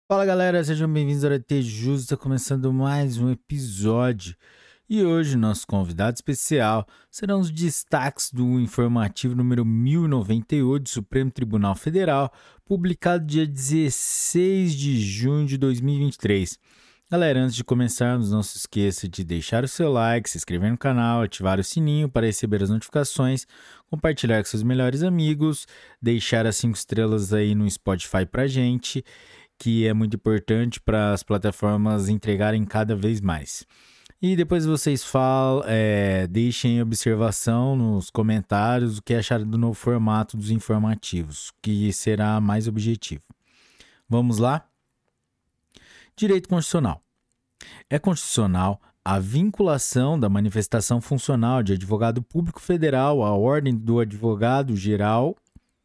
Fala galera, sejam bem-vindos ao AT Justo, começando mais um episódio. E hoje nosso convidado especial serão os destaques do informativo número 1098 do Supremo Tribunal Federal, publicado dia 16 de junho de 2023. Galera, antes de começarmos, não se esqueça de deixar o seu like, se inscrever no canal, ativar o sininho para receber as notificações, compartilhar com seus melhores amigos, deixar as 5 estrelas aí no Spotify pra gente, que é muito importante para as plataformas entregarem cada vez mais. E depois vocês deixem observação nos comentários o que acharam do novo formato dos informativos, que será mais objetivo. Vamos lá? Direito constitucional. É constitucional a vinculação da manifestação funcional de advogado público federal à ordem do advogado-geral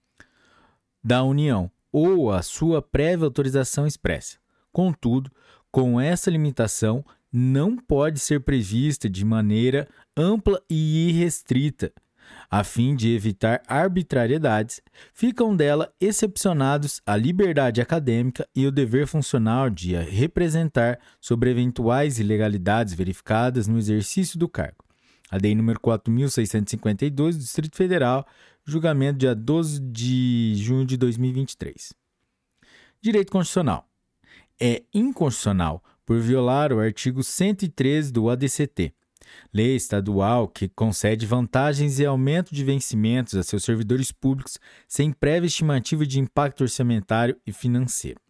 da União ou a sua prévia autorização expressa. Contudo, com essa limitação, não pode ser prevista de maneira ampla e irrestrita. A fim de evitar arbitrariedades, ficam dela excepcionados a liberdade acadêmica e o dever funcional de a representar sobre eventuais ilegalidades verificadas no exercício do cargo. A Lei nº 4.652 do Distrito Federal, julgamento dia 12 de junho de 2023. Direito constitucional. É inconstitucional por violar o artigo 113 do ADCT, lei estadual que concede vantagens e aumento de vencimentos a seus servidores públicos sem prévia estimativa de impacto orçamentário e financeiro.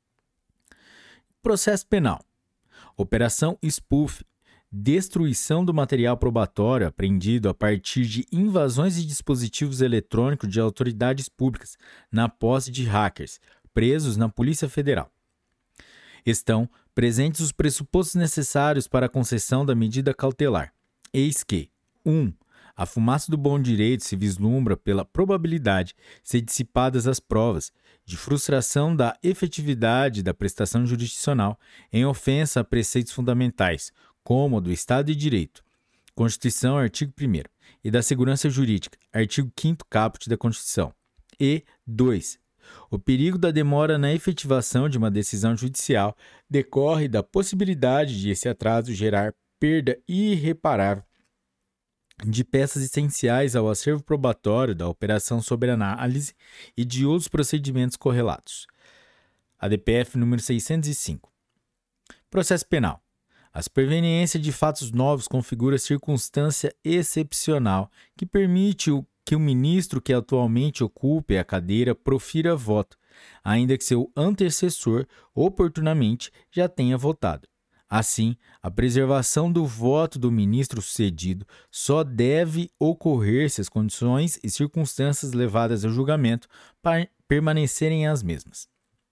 Processo penal. Operação Spoof. Destruição do material probatório apreendido a partir de invasões de dispositivos eletrônicos de autoridades públicas na posse de hackers, presos na Polícia Federal. Estão presentes os pressupostos necessários para a concessão da medida cautelar. Eis que 1. A fumaça do bom direito se vislumbra pela probabilidade, se dissipadas as provas, de frustração da efetividade da prestação jurisdicional em ofensa a preceitos fundamentais, como o do Estado de Direito, Constituição, artigo 1º, e da segurança jurídica, artigo 5º caput da Constituição. E 2. O perigo da demora na efetivação de uma decisão judicial decorre da possibilidade de esse atraso gerar perda irreparável de peças essenciais ao acervo probatório da operação sob análise e de outros procedimentos correlatos. ADPF número 605. Processo penal. A superveniência de fatos novos configura circunstância excepcional que permite que o ministro que atualmente ocupe a cadeira profira voto, ainda que seu antecessor, oportunamente, já tenha votado. Assim, a preservação do voto do ministro sucedido só deve ocorrer se as condições e circunstâncias levadas ao julgamento permanecerem as mesmas.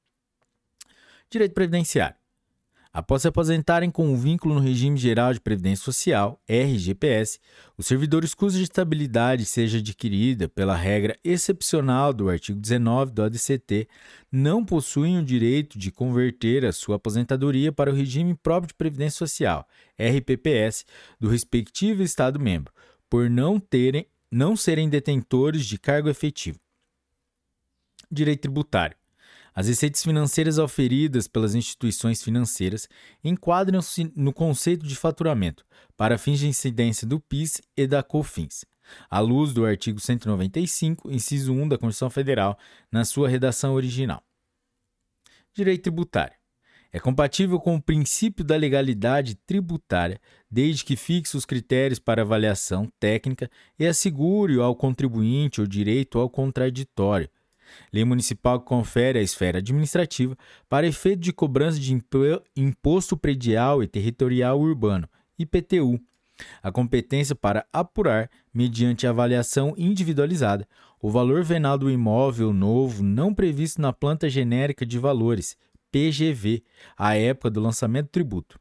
Direito previdenciário. Após se aposentarem com um vínculo no Regime Geral de Previdência Social, RGPS, os servidores cuja estabilidade seja adquirida pela regra excepcional do artigo 19 do ADCT não possuem o direito de converter a sua aposentadoria para o regime próprio de Previdência Social, RPPS, do respectivo Estado-membro, por não serem detentores de cargo efetivo. Direito tributário. As receitas financeiras auferidas pelas instituições financeiras enquadram-se no conceito de faturamento, para fins de incidência do PIS e da COFINS, à luz do artigo 195, inciso 1 da Constituição Federal, na sua redação original. Direito tributário. É compatível com o princípio da legalidade tributária, desde que fixe os critérios para avaliação técnica e assegure ao contribuinte o direito ao contraditório. Lei municipal que confere à esfera administrativa, para efeito de cobrança de imposto predial e territorial urbano, IPTU, a competência para apurar, mediante avaliação individualizada, o valor venal do imóvel novo não previsto na planta genérica de valores, PGV, à época do lançamento do tributo.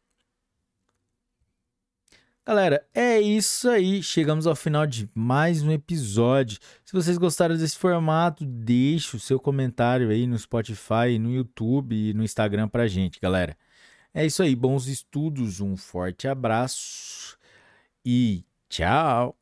Galera, é isso aí. Chegamos ao final de mais um episódio. Se vocês gostaram desse formato, deixe o seu comentário aí no Spotify, no YouTube e no Instagram pra gente, galera. É isso aí. Bons estudos, um forte abraço e tchau!